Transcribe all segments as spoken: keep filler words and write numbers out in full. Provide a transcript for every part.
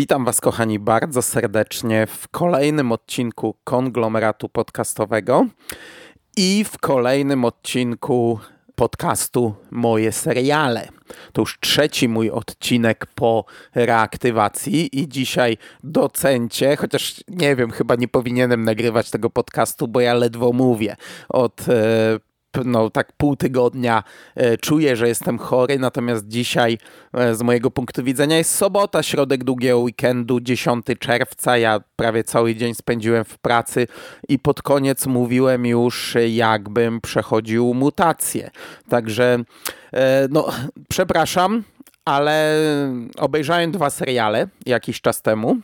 Witam Was, kochani, bardzo serdecznie w kolejnym odcinku Konglomeratu Podcastowego i w kolejnym odcinku podcastu Moje Seriale. To już trzeci mój odcinek po reaktywacji i dzisiaj docencie, chociaż nie wiem, chyba nie powinienem nagrywać tego podcastu, bo ja ledwo mówię od e, no tak pół tygodnia e, czuję, że jestem chory, natomiast dzisiaj e, z mojego punktu widzenia jest sobota, środek długiego weekendu, dziesiątego czerwca. Ja prawie cały dzień spędziłem w pracy i pod koniec mówiłem już, jakbym przechodził mutację. Także e, no przepraszam, ale obejrzałem dwa seriale jakiś czas temu.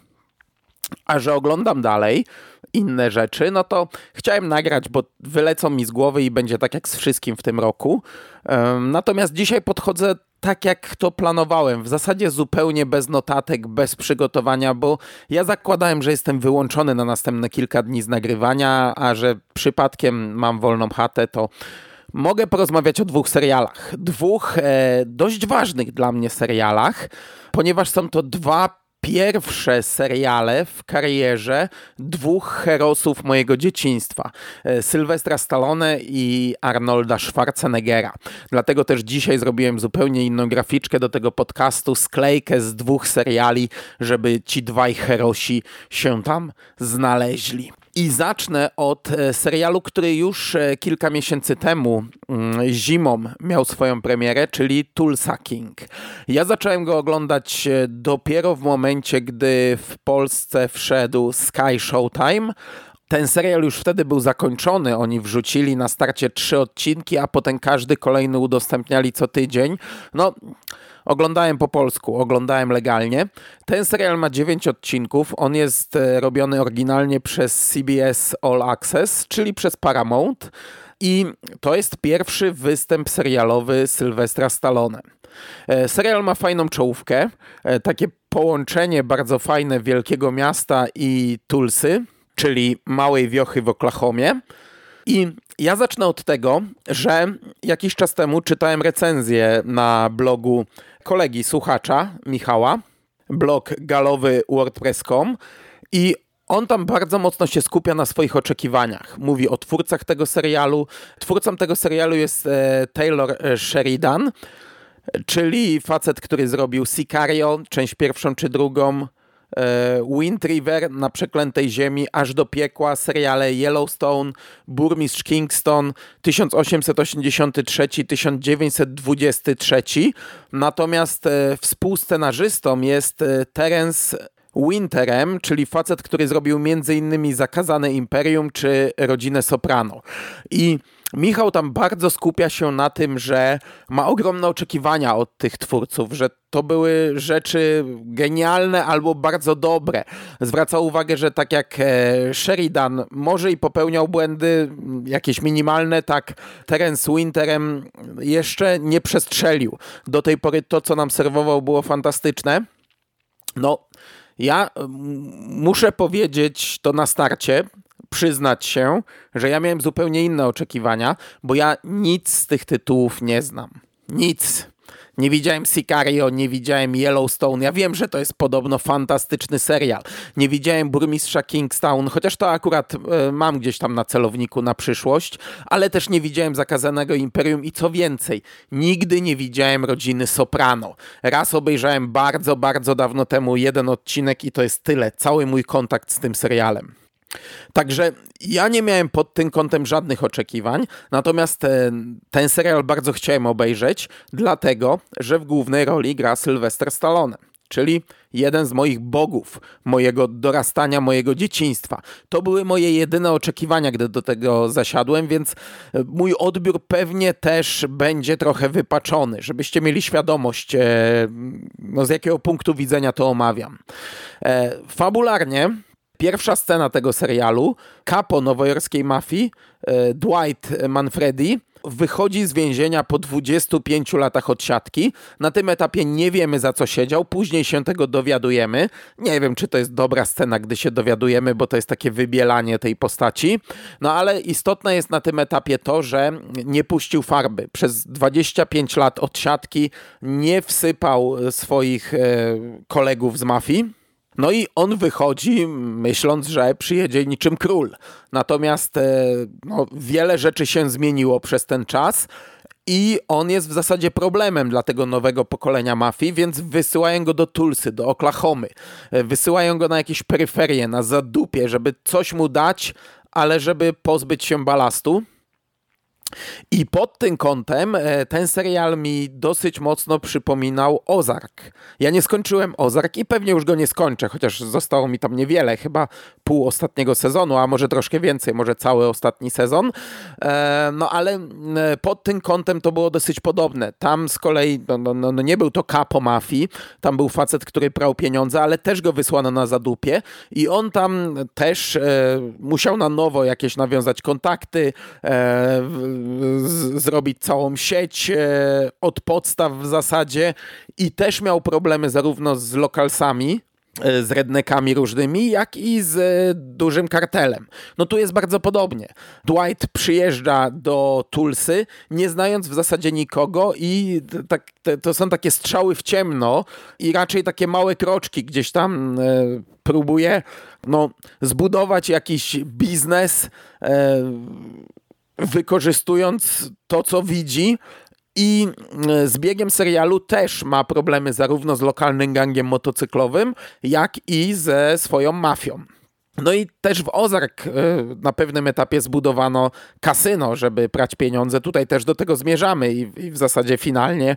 A że oglądam dalej inne rzeczy, no to chciałem nagrać, bo wylecą mi z głowy i będzie tak jak z wszystkim w tym roku. Natomiast dzisiaj podchodzę tak, jak to planowałem. W zasadzie zupełnie bez notatek, bez przygotowania, bo ja zakładałem, że jestem wyłączony na następne kilka dni z nagrywania, a że przypadkiem mam wolną chatę, to mogę porozmawiać o dwóch serialach. Dwóch e, dość ważnych dla mnie serialach, ponieważ są to dwa pierwsze seriale w karierze dwóch herosów mojego dzieciństwa. Sylwestra Stallone i Arnolda Schwarzeneggera. Dlatego też dzisiaj zrobiłem zupełnie inną graficzkę do tego podcastu, sklejkę z dwóch seriali, żeby ci dwaj herosi się tam znaleźli. I zacznę od serialu, który już kilka miesięcy temu zimą miał swoją premierę, czyli Tulsa King. Ja zacząłem go oglądać dopiero w momencie, gdy w Polsce wszedł Sky Showtime. Ten serial już wtedy był zakończony, oni wrzucili na starcie trzy odcinki, a potem każdy kolejny udostępniali co tydzień. No, oglądałem po polsku, oglądałem legalnie. Ten serial ma dziewięć odcinków, on jest robiony oryginalnie przez C B S All Access, czyli przez Paramount i to jest pierwszy występ serialowy Sylwestra Stallone. Serial ma fajną czołówkę, takie połączenie bardzo fajne wielkiego miasta i Tulsy, czyli małej wiochy w Oklahomie. I ja zacznę od tego, że jakiś czas temu czytałem recenzję na blogu kolegi, słuchacza, Michała, blog galowy wordpress kropka com i on tam bardzo mocno się skupia na swoich oczekiwaniach. Mówi o twórcach tego serialu. Twórcą tego serialu jest e, Taylor Sheridan, czyli facet, który zrobił Sicario, część pierwszą czy drugą, Wind River, Na przeklętej ziemi, Aż do piekła, seriale Yellowstone, Burmistrz Kingston, tysiąc osiemset osiemdziesiąty trzeci do tysiąc dziewięćset dwudziesty trzeci. Natomiast e, współscenarzystą jest e, Terence Winterem, czyli facet, który zrobił między innymi Zakazane Imperium czy Rodzinę Soprano. I Michał tam bardzo skupia się na tym, że ma ogromne oczekiwania od tych twórców, że to były rzeczy genialne albo bardzo dobre. Zwraca uwagę, że tak jak Sheridan może i popełniał błędy jakieś minimalne, tak Terence Winterem jeszcze nie przestrzelił. Do tej pory to, co nam serwował, było fantastyczne. No, ja muszę powiedzieć to na starcie, przyznać się, że ja miałem zupełnie inne oczekiwania, bo ja nic z tych tytułów nie znam. Nic. Nie widziałem Sicario, nie widziałem Yellowstone. Ja wiem, że to jest podobno fantastyczny serial. Nie widziałem Burmistrza Kingstown, chociaż to akurat y, mam gdzieś tam na celowniku na przyszłość, ale też nie widziałem Zakazanego Imperium i co więcej, nigdy nie widziałem Rodziny Soprano. Raz obejrzałem bardzo, bardzo dawno temu jeden odcinek i to jest tyle. Cały mój kontakt z tym serialem. Także ja nie miałem pod tym kątem żadnych oczekiwań, natomiast ten, ten serial bardzo chciałem obejrzeć, dlatego, że w głównej roli gra Sylwester Stallone, czyli jeden z moich bogów, mojego dorastania, mojego dzieciństwa. To były moje jedyne oczekiwania, gdy do tego zasiadłem, więc mój odbiór pewnie też będzie trochę wypaczony, żebyście mieli świadomość, no, z jakiego punktu widzenia to omawiam. Fabularnie pierwsza scena tego serialu, kapo nowojorskiej mafii, Dwight Manfredi, wychodzi z więzienia po dwudziestu pięciu latach odsiadki. Na tym etapie nie wiemy, za co siedział, później się tego dowiadujemy. Nie wiem, czy to jest dobra scena, gdy się dowiadujemy, bo to jest takie wybielanie tej postaci. No ale istotne jest na tym etapie to, że nie puścił farby. Przez dwadzieścia pięć lat odsiadki nie wsypał swoich e, kolegów z mafii. No i on wychodzi myśląc, że przyjedzie niczym król. Natomiast no, wiele rzeczy się zmieniło przez ten czas i on jest w zasadzie problemem dla tego nowego pokolenia mafii, więc wysyłają go do Tulsy, do Oklahomy. Wysyłają go na jakieś peryferie, na zadupie, żeby coś mu dać, ale żeby pozbyć się balastu. I pod tym kątem ten serial mi dosyć mocno przypominał Ozark. Ja nie skończyłem Ozark i pewnie już go nie skończę, chociaż zostało mi tam niewiele, chyba pół ostatniego sezonu, a może troszkę więcej, może cały ostatni sezon. No ale pod tym kątem to było dosyć podobne. Tam z kolei no, no, no nie był to kapo mafii, tam był facet, który prał pieniądze, ale też go wysłano na zadupie i on tam też e, musiał na nowo jakieś nawiązać kontakty, e, z, zrobić całą sieć e, od podstaw w zasadzie i też miał problemy zarówno z lokalsami, e, z redneckami różnymi, jak i z e, dużym kartelem. No tu jest bardzo podobnie. Dwight przyjeżdża do Tulsy, nie znając w zasadzie nikogo i tak, te, to są takie strzały w ciemno i raczej takie małe kroczki gdzieś tam e, próbuje no, zbudować jakiś biznes, e, wykorzystując to, co widzi i z biegiem serialu też ma problemy zarówno z lokalnym gangiem motocyklowym, jak i ze swoją mafią. No i też w Ozark na pewnym etapie zbudowano kasyno, żeby prać pieniądze. Tutaj też do tego zmierzamy i, i w zasadzie finalnie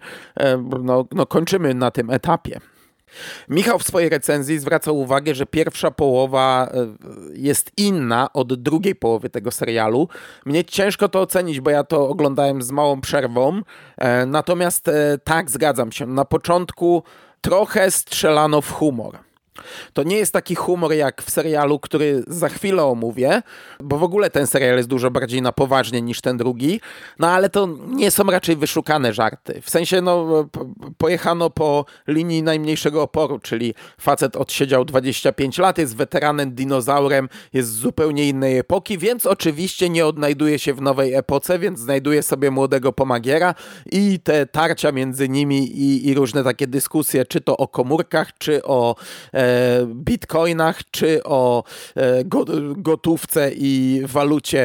no, no kończymy na tym etapie. Michał w swojej recenzji zwraca uwagę, że pierwsza połowa jest inna od drugiej połowy tego serialu. Mnie ciężko to ocenić, bo ja to oglądałem z małą przerwą. Natomiast tak, zgadzam się. Na początku trochę strzelano w humor. To nie jest taki humor jak w serialu, który za chwilę omówię, bo w ogóle ten serial jest dużo bardziej na poważnie niż ten drugi, no ale to nie są raczej wyszukane żarty. W sensie no pojechano po linii najmniejszego oporu, czyli facet odsiedział dwadzieścia pięć lat, jest weteranem, dinozaurem, jest z zupełnie innej epoki, więc oczywiście nie odnajduje się w nowej epoce, więc znajduje sobie młodego pomagiera i te tarcia między nimi i, i różne takie dyskusje, czy to o komórkach, czy o e, bitcoinach, czy o e, go, gotówce i walucie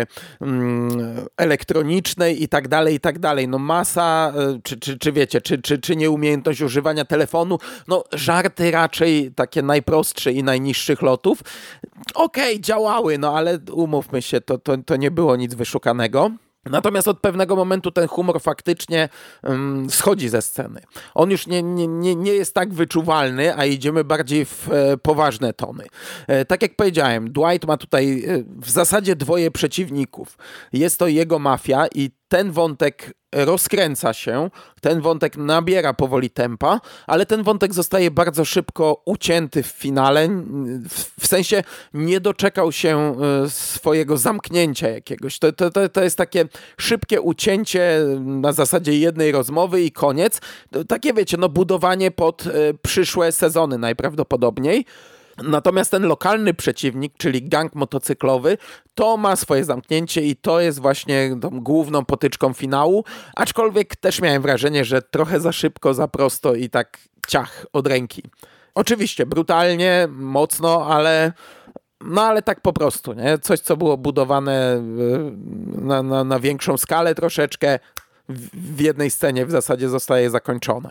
mm, elektronicznej i tak dalej, i tak dalej. No masa, e, czy, czy, czy wiecie, czy, czy, czy nieumiejętność używania telefonu, no żarty raczej takie najprostsze i najniższych lotów. Okej, okay, działały, no ale umówmy się, to, to, to nie było nic wyszukanego. Natomiast od pewnego momentu ten humor faktycznie um, schodzi ze sceny. On już nie, nie, nie, nie jest tak wyczuwalny, a idziemy bardziej w e, poważne tony. E, tak jak powiedziałem, Dwight ma tutaj e, w zasadzie dwoje przeciwników. Jest to jego mafia i ten wątek rozkręca się, ten wątek nabiera powoli tempa, ale ten wątek zostaje bardzo szybko ucięty w finale, w sensie nie doczekał się swojego zamknięcia jakiegoś. To, to, to jest takie szybkie ucięcie na zasadzie jednej rozmowy i koniec. Takie wiecie, no budowanie pod przyszłe sezony najprawdopodobniej. Natomiast ten lokalny przeciwnik, czyli gang motocyklowy, to ma swoje zamknięcie i to jest właśnie tą główną potyczką finału, aczkolwiek też miałem wrażenie, że trochę za szybko, za prosto i tak ciach od ręki. Oczywiście brutalnie, mocno, ale no ale tak po prostu, nie? Coś, co było budowane na, na, na większą skalę troszeczkę, w jednej scenie w zasadzie zostaje zakończone.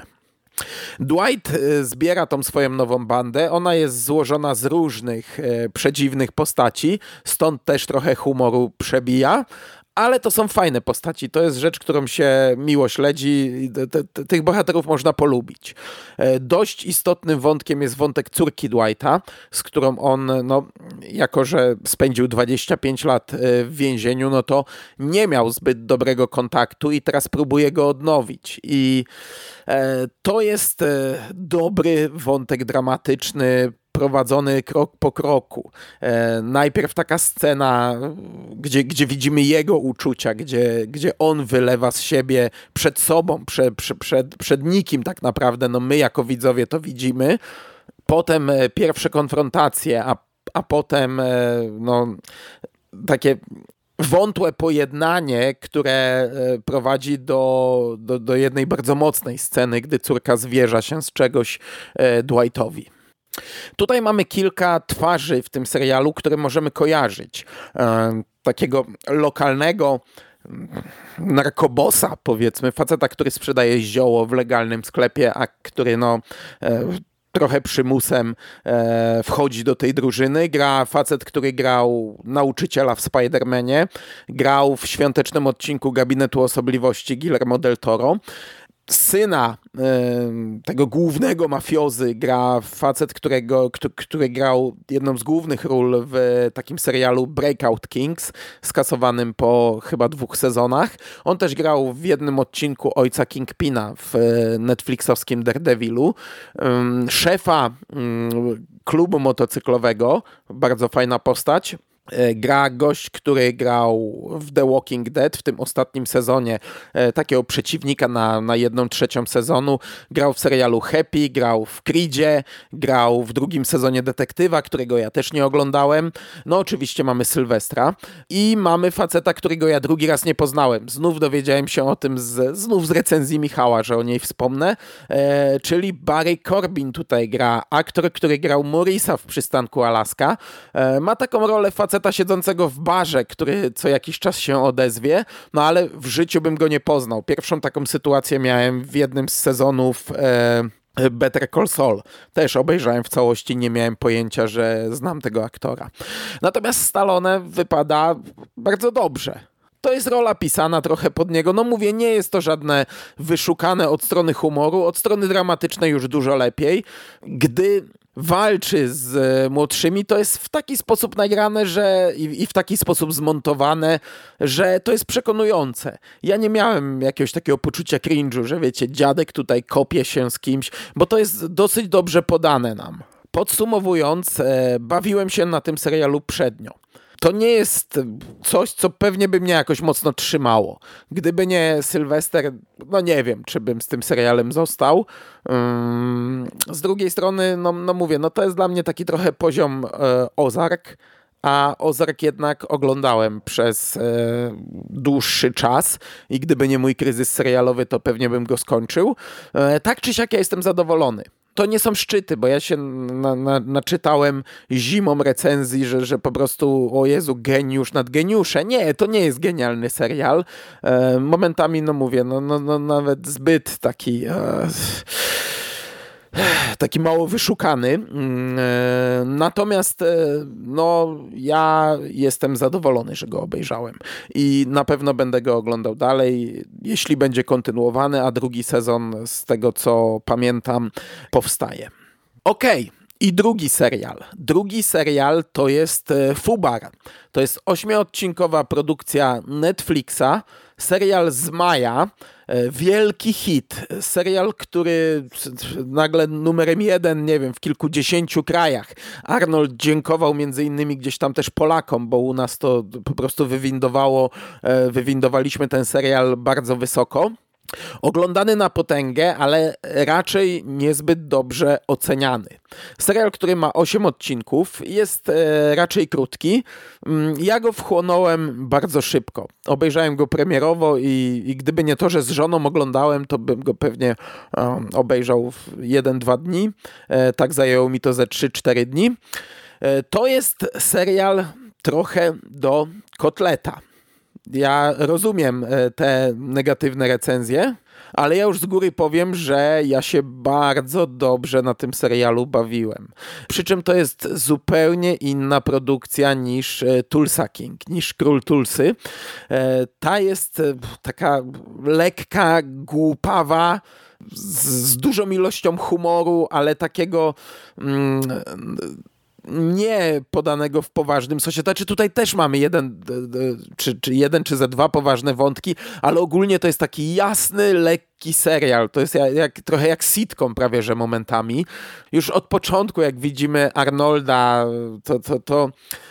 Dwight zbiera tą swoją nową bandę, ona jest złożona z różnych e, przedziwnych postaci, stąd też trochę humoru przebija, ale to są fajne postaci, to jest rzecz, którą się miło śledzi, te, te, tych bohaterów można polubić. E, dość istotnym wątkiem jest wątek córki Dwighta, z którą on, no, jako że spędził dwadzieścia pięć lat w więzieniu, no to nie miał zbyt dobrego kontaktu i teraz próbuje go odnowić. I e, to jest e, dobry wątek dramatyczny, prowadzony krok po kroku. E, najpierw taka scena, gdzie, gdzie widzimy jego uczucia, gdzie, gdzie on wylewa z siebie przed sobą, przed, przed, przed, przed nikim tak naprawdę, no my jako widzowie to widzimy. Potem e, pierwsze konfrontacje, a, a potem e, no, takie wątłe pojednanie, które prowadzi do, do, do jednej bardzo mocnej sceny, gdy córka zwierza się z czegoś e, Dwightowi. Tutaj mamy kilka twarzy w tym serialu, które możemy kojarzyć. E, takiego lokalnego narkobosa, powiedzmy, faceta, który sprzedaje zioło w legalnym sklepie, a który no... E, trochę przymusem e, wchodzi do tej drużyny. Gra facet, który grał nauczyciela w Spider-Manie. Grał w świątecznym odcinku Gabinetu Osobliwości Guillermo del Toro. Syna y, tego głównego mafiozy gra facet, którego, który, który grał jedną z głównych ról w takim serialu Breakout Kings, skasowanym po chyba dwóch sezonach. On też grał w jednym odcinku Ojca Kingpina w netflixowskim Daredevilu. Y, szefa y, klubu motocyklowego, bardzo fajna postać. Gra gość, który grał w The Walking Dead w tym ostatnim sezonie, takiego przeciwnika na, na jedną trzecią sezonu. Grał w serialu Happy, grał w Creedzie, grał w drugim sezonie Detektywa, którego ja też nie oglądałem. No oczywiście mamy Sylwestra i mamy faceta, którego ja drugi raz nie poznałem. Znów dowiedziałem się o tym z, znów z recenzji Michała, że o niej wspomnę, e, czyli Barry Corbin tutaj gra, aktor, który grał Morrisa w Przystanku Alaska. E, ma taką rolę faceta siedzącego w barze, który co jakiś czas się odezwie, no ale w życiu bym go nie poznał. Pierwszą taką sytuację miałem w jednym z sezonów e, Better Call Saul. Też obejrzałem w całości, nie miałem pojęcia, że znam tego aktora. Natomiast Stallone wypada bardzo dobrze. To jest rola pisana trochę pod niego. No mówię, nie jest to żadne wyszukane od strony humoru, od strony dramatycznej już dużo lepiej. Gdy walczy z młodszymi, to jest w taki sposób nagrane, że i, i w taki sposób zmontowane, że to jest przekonujące. Ja nie miałem jakiegoś takiego poczucia cringe'u, że wiecie, dziadek tutaj kopie się z kimś, bo to jest dosyć dobrze podane nam. Podsumowując, e, bawiłem się na tym serialu przednio. To nie jest coś, co pewnie by mnie jakoś mocno trzymało. Gdyby nie Sylwester, no nie wiem, czy bym z tym serialem został. Z drugiej strony, no, no mówię, no to jest dla mnie taki trochę poziom e, Ozark, a Ozark jednak oglądałem przez e, dłuższy czas i gdyby nie mój kryzys serialowy, to pewnie bym go skończył. E, tak czy siak ja jestem zadowolony. To nie są szczyty, bo ja się na, na, naczytałem zimą recenzji, że, że po prostu, o Jezu, geniusz nad geniusze. Nie, to nie jest genialny serial. E, momentami, no mówię, no, no, no nawet zbyt taki... E, taki mało wyszukany. Natomiast no, ja jestem zadowolony, że go obejrzałem i na pewno będę go oglądał dalej, jeśli będzie kontynuowany, a drugi sezon, z tego co pamiętam, powstaje. Okej. Okay. I drugi serial. Drugi serial to jest Fubar. To jest ośmioodcinkowa produkcja Netflixa. Serial z maja. Wielki hit. Serial, który nagle numerem jeden, nie wiem, w kilkudziesięciu krajach. Arnold dziękował między innymi gdzieś tam też Polakom, bo u nas to po prostu wywindowało, wywindowaliśmy ten serial bardzo wysoko. Oglądany na potęgę, ale raczej niezbyt dobrze oceniany. Serial, który ma osiem odcinków, jest e, raczej krótki. Ja go wchłonąłem bardzo szybko. Obejrzałem go premierowo i, i gdyby nie to, że z żoną oglądałem, to bym go pewnie e, obejrzał w jeden dwa dni. E, tak zajęło mi to ze trzy cztery dni. E, to jest serial trochę do kotleta. Ja rozumiem te negatywne recenzje, ale ja już z góry powiem, że ja się bardzo dobrze na tym serialu bawiłem. Przy czym to jest zupełnie inna produkcja niż Tulsa King, niż Król Tulsy. Ta jest taka lekka, głupawa, z, z dużą ilością humoru, ale takiego... Mm, nie podanego w poważnym sosie. Znaczy tutaj też mamy jeden czy, czy jeden czy ze dwa poważne wątki, ale ogólnie to jest taki jasny, lekki serial. To jest jak, jak, trochę jak sitcom prawie, że momentami. Już od początku, jak widzimy Arnolda, to, to, to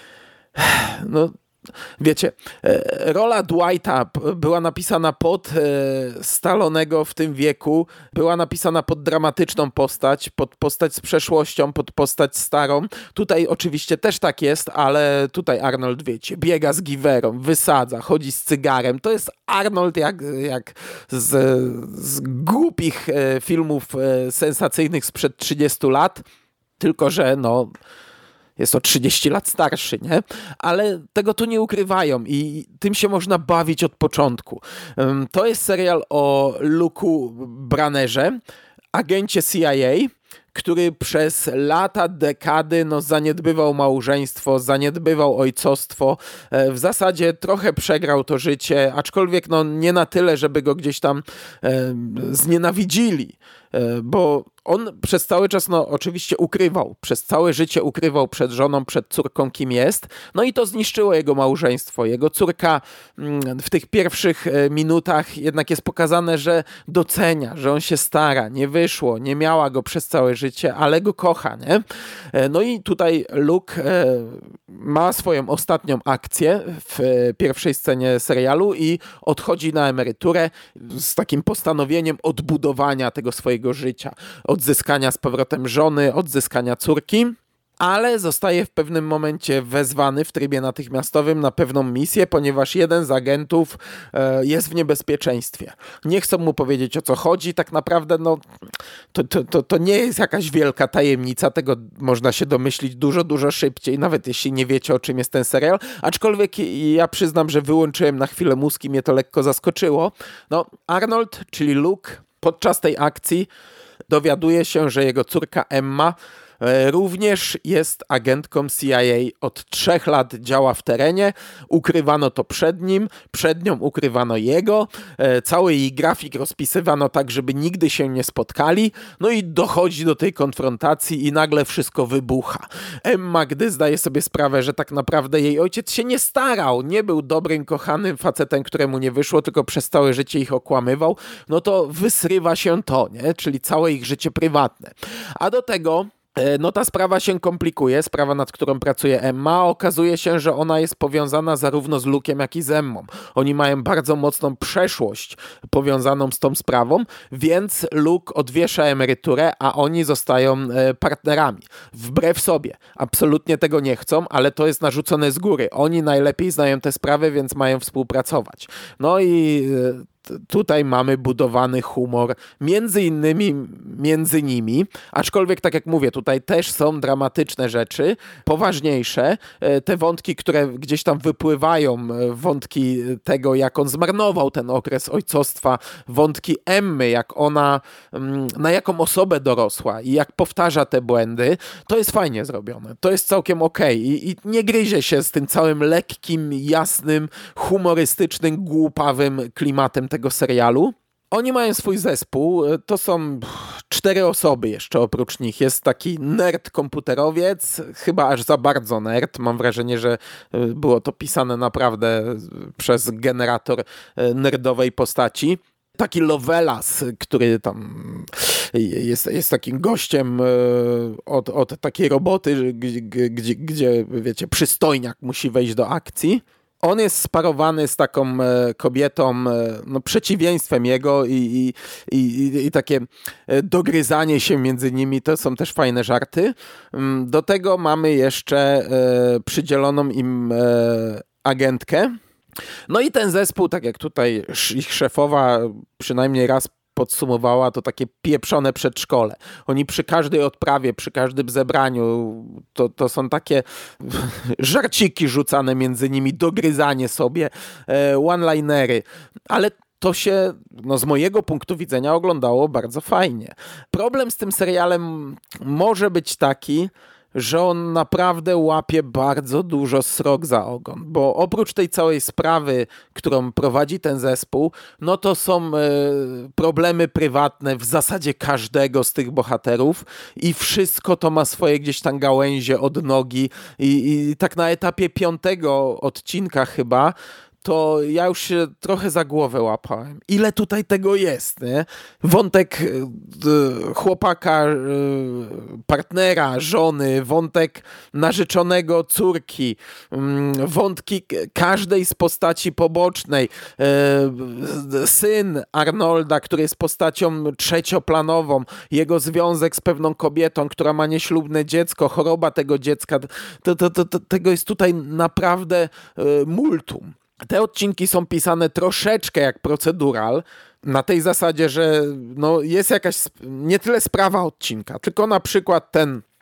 no wiecie, rola Dwighta była napisana pod Stallonego w tym wieku, była napisana pod dramatyczną postać, pod postać z przeszłością, pod postać starą. Tutaj oczywiście też tak jest, ale tutaj Arnold, wiecie, biega z giwerą, wysadza, chodzi z cygarem. To jest Arnold jak, jak z, z głupich filmów sensacyjnych sprzed trzydziestu lat. Tylko że no... jest o trzydzieści lat starszy, nie? Ale tego tu nie ukrywają i tym się można bawić od początku. To jest serial o Luke'u Brannerze, agencie C I A, który przez lata, dekady no, zaniedbywał małżeństwo, zaniedbywał ojcostwo. W zasadzie trochę przegrał to życie, aczkolwiek no, nie na tyle, żeby go gdzieś tam e, znienawidzili, e, bo on przez cały czas, no oczywiście ukrywał, przez całe życie ukrywał przed żoną, przed córką, kim jest. No i to zniszczyło jego małżeństwo. Jego córka w tych pierwszych minutach jednak jest pokazane, że docenia, że on się stara, nie wyszło, nie miała go przez całe życie, ale go kocha, nie? No i tutaj Luke ma swoją ostatnią akcję w pierwszej scenie serialu i odchodzi na emeryturę z takim postanowieniem odbudowania tego swojego życia. Odzyskania z powrotem żony, odzyskania córki, ale zostaje w pewnym momencie wezwany w trybie natychmiastowym na pewną misję, ponieważ jeden z agentów e, jest w niebezpieczeństwie. Nie chcą mu powiedzieć, o co chodzi. Tak naprawdę no, to, to, to, to nie jest jakaś wielka tajemnica. Tego można się domyślić dużo, dużo szybciej, nawet jeśli nie wiecie, o czym jest ten serial. Aczkolwiek ja przyznam, że wyłączyłem na chwilę mózg i mnie to lekko zaskoczyło. No, Arnold, czyli Luke, podczas tej akcji dowiaduje się, że jego córka Emma również jest agentką C I A. Od trzech lat działa w terenie. Ukrywano to przed nim, przed nią ukrywano jego. Cały jej grafik rozpisywano tak, żeby nigdy się nie spotkali. No i dochodzi do tej konfrontacji i nagle wszystko wybucha. Emma, gdy zdaje sobie sprawę, że tak naprawdę jej ojciec się nie starał, nie był dobrym, kochanym facetem, któremu nie wyszło, tylko przez całe życie ich okłamywał, no to wysrywa się to, nie? Czyli całe ich życie prywatne. A do tego no ta sprawa się komplikuje, sprawa, nad którą pracuje Emma. Okazuje się, że ona jest powiązana zarówno z Luke'em, jak i z Emmą. Oni mają bardzo mocną przeszłość powiązaną z tą sprawą, więc Luke odwiesza emeryturę, a oni zostają partnerami. Wbrew sobie. Absolutnie tego nie chcą, ale to jest narzucone z góry. Oni najlepiej znają te sprawy, więc mają współpracować. No i tutaj mamy budowany humor, między innymi między nimi, aczkolwiek tak jak mówię, tutaj też są dramatyczne rzeczy, poważniejsze. Te wątki, które gdzieś tam wypływają, wątki tego, jak on zmarnował ten okres ojcostwa, wątki Emmy, jak ona, na jaką osobę dorosła i jak powtarza te błędy, to jest fajnie zrobione. To jest całkiem okej i, i nie gryzie się z tym całym lekkim, jasnym, humorystycznym, głupawym klimatem tego serialu. Oni mają swój zespół, to są cztery osoby jeszcze oprócz nich. Jest taki nerd komputerowiec, chyba aż za bardzo nerd. Mam wrażenie, że było to pisane naprawdę przez generator nerdowej postaci. Taki Lovelas, który tam jest, jest takim gościem od, od takiej roboty, gdzie, gdzie, gdzie, wiecie, przystojniak musi wejść do akcji. On jest sparowany z taką kobietą, no, przeciwieństwem jego i, i, i, i takie dogryzanie się między nimi, to są też fajne żarty. Do tego mamy jeszcze przydzieloną im agentkę. No i ten zespół, tak jak tutaj ich szefowa przynajmniej raz podsumowała, to takie pieprzone przedszkole. Oni przy każdej odprawie, przy każdym zebraniu, to, to są takie żarciki rzucane między nimi, dogryzanie sobie, one-linery, ale to się, no z mojego punktu widzenia, oglądało bardzo fajnie. Problem z tym serialem może być taki, że on naprawdę łapie bardzo dużo srok za ogon, bo oprócz tej całej sprawy, którą prowadzi ten zespół, no to są e, problemy prywatne w zasadzie każdego z tych bohaterów i wszystko to ma swoje gdzieś tam gałęzie, odnogi i, i tak na etapie piątego odcinka chyba, to ja już się trochę za głowę łapałem. Ile tutaj tego jest, nie? Wątek y, chłopaka, y, partnera, żony, wątek narzeczonego córki, y, wątki każdej z postaci pobocznej. Y, syn Arnolda, który jest postacią trzecioplanową, jego związek z pewną kobietą, która ma nieślubne dziecko, choroba tego dziecka, to, to, to, to, tego jest tutaj naprawdę y, multum. Te odcinki są pisane troszeczkę jak procedural, na tej zasadzie, że no jest jakaś nie tyle sprawa odcinka, tylko na przykład ten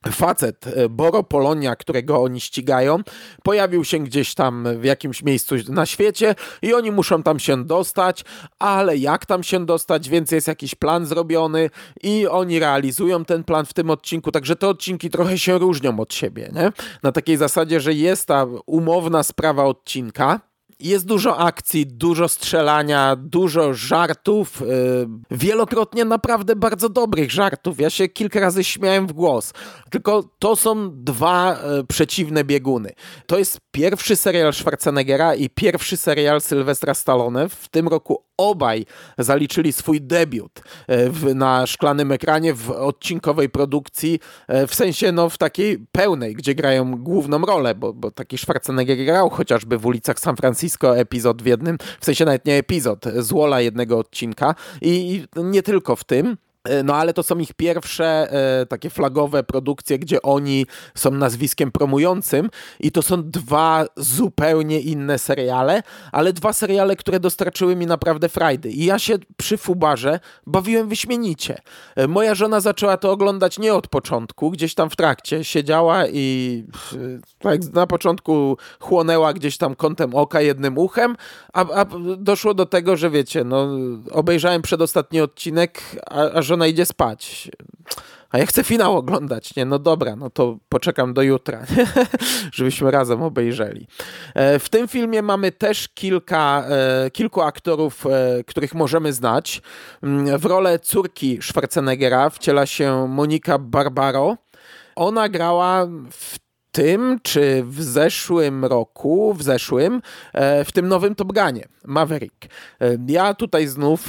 facet, Boro Polonia, którego oni ścigają, pojawił się gdzieś tam w jakimś miejscu na świecie i oni muszą tam się dostać, ale jak tam się dostać, więc jest jakiś plan zrobiony i oni realizują ten plan w tym odcinku, także te odcinki trochę się różnią od siebie, nie? Na takiej zasadzie, że jest ta umowna sprawa odcinka, jest dużo akcji, dużo strzelania, dużo żartów, yy, wielokrotnie naprawdę bardzo dobrych żartów. Ja się kilka razy śmiałem w głos. Tylko to są dwa yy, przeciwne bieguny. To jest pierwszy serial Schwarzeneggera i pierwszy serial Sylwestra Stallone. W tym roku obaj zaliczyli swój debiut yy, w, na szklanym ekranie w odcinkowej produkcji, yy, w sensie no w takiej pełnej, gdzie grają główną rolę, bo, bo taki Schwarzenegger grał chociażby w Ulicach San Francisco epizod w jednym, w sensie nawet nie epizod, z Walla jednego odcinka i nie tylko w tym. No ale to są ich pierwsze e, takie flagowe produkcje, gdzie oni są nazwiskiem promującym i to są dwa zupełnie inne seriale, ale dwa seriale, które dostarczyły mi naprawdę frajdy. I ja się przy Fubarze bawiłem wyśmienicie. E, moja żona zaczęła to oglądać nie od początku, gdzieś tam w trakcie siedziała i tak na początku chłonęła gdzieś tam kątem oka, jednym uchem, a, a doszło do tego, że wiecie, no obejrzałem przedostatni odcinek, a, a żona idzie spać. A ja chcę finał oglądać, nie? No dobra, no to poczekam do jutra, nie? Żebyśmy razem obejrzeli. W tym filmie mamy też kilka, kilku aktorów, których możemy znać. W rolę córki Schwarzeneggera wciela się Monika Barbaro. Ona grała w tym, czy w zeszłym roku, w zeszłym, w tym nowym Top Gunie, Maverick. Ja tutaj znów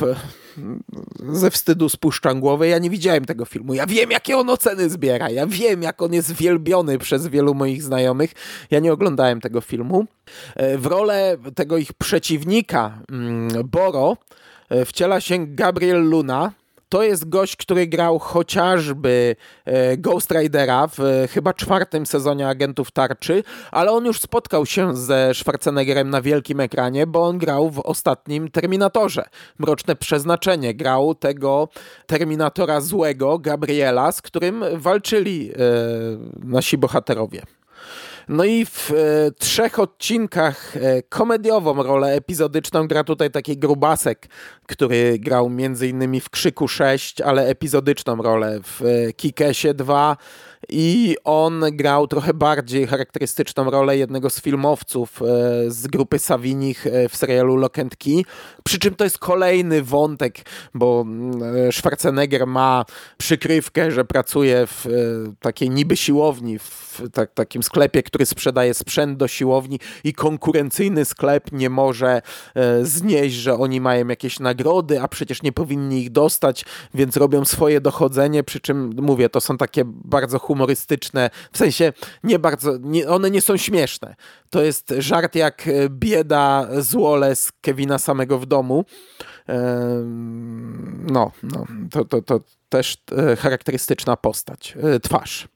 ze wstydu spuszczam głowę, ja nie widziałem tego filmu. Ja wiem, jakie on oceny zbiera, ja wiem, jak on jest wielbiony przez wielu moich znajomych. Ja nie oglądałem tego filmu. W rolę tego ich przeciwnika, Boro, wciela się Gabriel Luna. To jest gość, który grał chociażby Ghost Ridera w chyba czwartym sezonie Agentów Tarczy, ale on już spotkał się ze Schwarzeneggerem na wielkim ekranie, bo on grał w ostatnim Terminatorze. Mroczne Przeznaczenie. Grał tego Terminatora złego, Gabriela, z którym walczyli e, nasi bohaterowie. No i w e, trzech odcinkach e, komediową rolę epizodyczną gra tutaj taki grubasek, który grał między innymi w Krzyku sześć, ale epizodyczną rolę w e, Kick-Assie dwa i on grał trochę bardziej charakterystyczną rolę jednego z filmowców e, z grupy Savinich e, w serialu Lock and Key. Przy czym to jest kolejny wątek, bo e, Schwarzenegger ma przykrywkę, że pracuje w e, takiej niby siłowni, w tak, takim sklepie, który sprzedaje sprzęt do siłowni i konkurencyjny sklep nie może e, znieść, że oni mają jakieś nagrody, a przecież nie powinni ich dostać, więc robią swoje dochodzenie, przy czym mówię, to są takie bardzo humorystyczne, w sensie nie bardzo, nie, one nie są śmieszne. To jest żart jak bieda z Wallace Kevina Samego w domu. E, no, no to, to, to też e, charakterystyczna postać, e, twarz.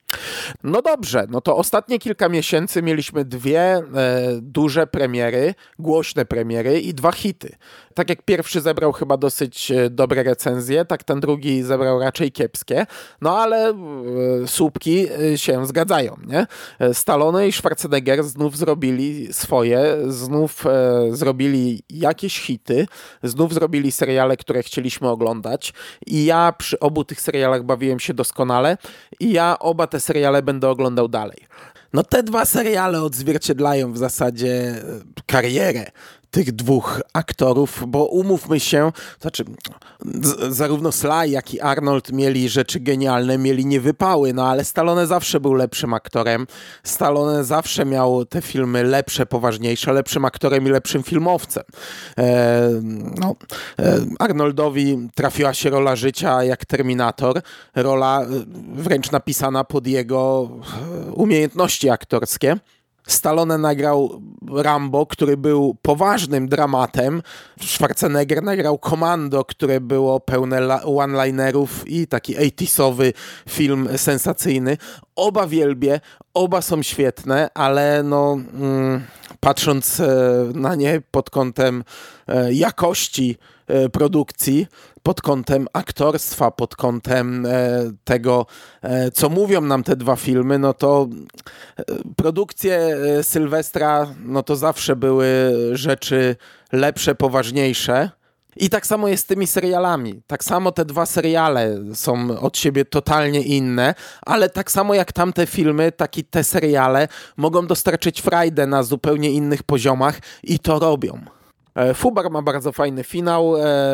No dobrze, no to ostatnie kilka miesięcy mieliśmy dwie e, duże premiery, głośne premiery i dwa hity. Tak jak pierwszy zebrał chyba dosyć e, dobre recenzje, tak ten drugi zebrał raczej kiepskie, no ale e, słupki e, się zgadzają, nie? Stallone i Schwarzenegger znów zrobili swoje, znów e, zrobili jakieś hity, znów zrobili seriale, które chcieliśmy oglądać i ja przy obu tych serialach bawiłem się doskonale i ja oba te seriale będę oglądał dalej. No te dwa seriale odzwierciedlają w zasadzie karierę tych dwóch aktorów, bo umówmy się, to znaczy z, zarówno Sly, jak i Arnold mieli rzeczy genialne, mieli niewypały, no ale Stallone zawsze był lepszym aktorem. Stallone zawsze miał te filmy lepsze, poważniejsze, lepszym aktorem i lepszym filmowcem. E, no, e, Arnoldowi trafiła się rola życia jak Terminator, rola wręcz napisana pod jego umiejętności aktorskie. Stallone nagrał Rambo, który był poważnym dramatem. Schwarzenegger nagrał Commando, które było pełne one-linerów i taki osiemdziesiątowy film sensacyjny. Oba wielbię, oba są świetne, ale no mm, patrząc na nie pod kątem jakości produkcji, pod kątem aktorstwa, pod kątem tego, co mówią nam te dwa filmy, no to produkcje Sylwestra, no to zawsze były rzeczy lepsze, poważniejsze. I tak samo jest z tymi serialami. Tak samo te dwa seriale są od siebie totalnie inne, ale tak samo jak tamte filmy, tak i te seriale mogą dostarczyć frajdę na zupełnie innych poziomach i to robią. Fubar ma bardzo fajny finał,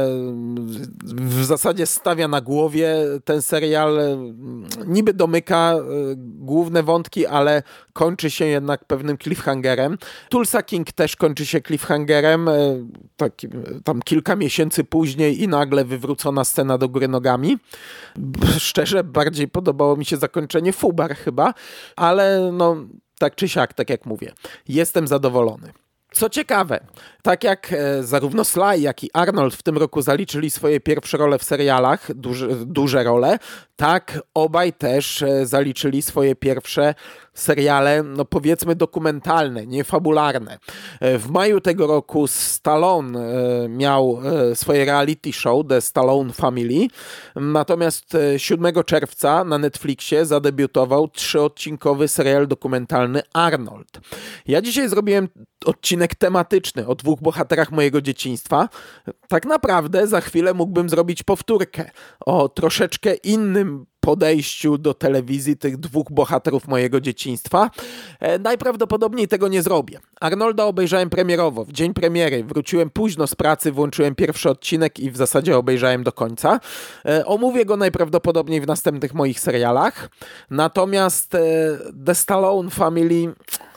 w zasadzie stawia na głowie ten serial, niby domyka główne wątki, ale kończy się jednak pewnym cliffhangerem. Tulsa King też kończy się cliffhangerem, tak, tam kilka miesięcy później i nagle wywrócona scena do góry nogami. Szczerze, bardziej podobało mi się zakończenie Fubar chyba, ale no tak czy siak, tak jak mówię, jestem zadowolony. Co ciekawe, tak jak e, zarówno Sly, jak i Arnold w tym roku zaliczyli swoje pierwsze role w serialach, duże, duże role, tak obaj też e, zaliczyli swoje pierwsze seriale, no powiedzmy dokumentalne, nie fabularne. E, w maju tego roku Stallone e, miał e, swoje reality show The Stallone Family, natomiast e, siódmego czerwca na Netflixie zadebiutował trzyodcinkowy serial dokumentalny Arnold. Ja dzisiaj zrobiłem odcinek tematyczny o dwóch bohaterach mojego dzieciństwa. Tak naprawdę za chwilę mógłbym zrobić powtórkę o troszeczkę innym podejściu do telewizji tych dwóch bohaterów mojego dzieciństwa. E, najprawdopodobniej tego nie zrobię. Arnolda obejrzałem premierowo, w dzień premiery. Wróciłem późno z pracy, włączyłem pierwszy odcinek i w zasadzie obejrzałem do końca. E, omówię go najprawdopodobniej w następnych moich serialach. Natomiast e, The Stallone Family...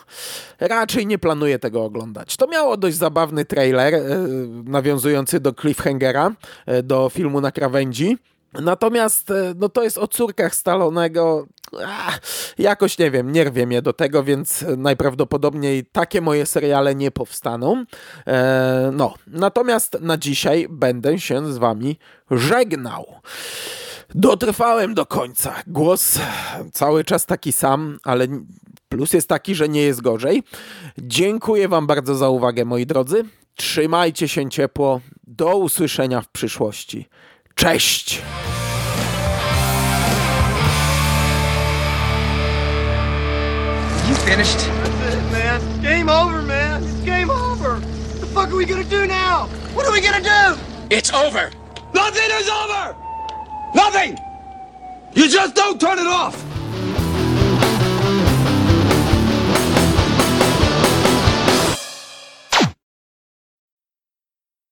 raczej nie planuję tego oglądać. To miało dość zabawny trailer e, nawiązujący do cliffhangera, e, do filmu Na krawędzi. Natomiast e, no to jest o córkach Stallonego. Ach, jakoś nie wiem, nie rwie mnie do tego, więc najprawdopodobniej takie moje seriale nie powstaną. E, no, natomiast na dzisiaj będę się z wami żegnał. Dotrwałem do końca. Głos cały czas taki sam, ale plus jest taki, że nie jest gorzej. Dziękuję wam bardzo za uwagę, moi drodzy. Trzymajcie się ciepło. Do usłyszenia w przyszłości. Cześć! You finished? That's it, man. Game over, man. It's game over. What the fuck are we gonna do now? What are we gonna do? It's over. Nothing is over! Nothing! You just don't turn it off!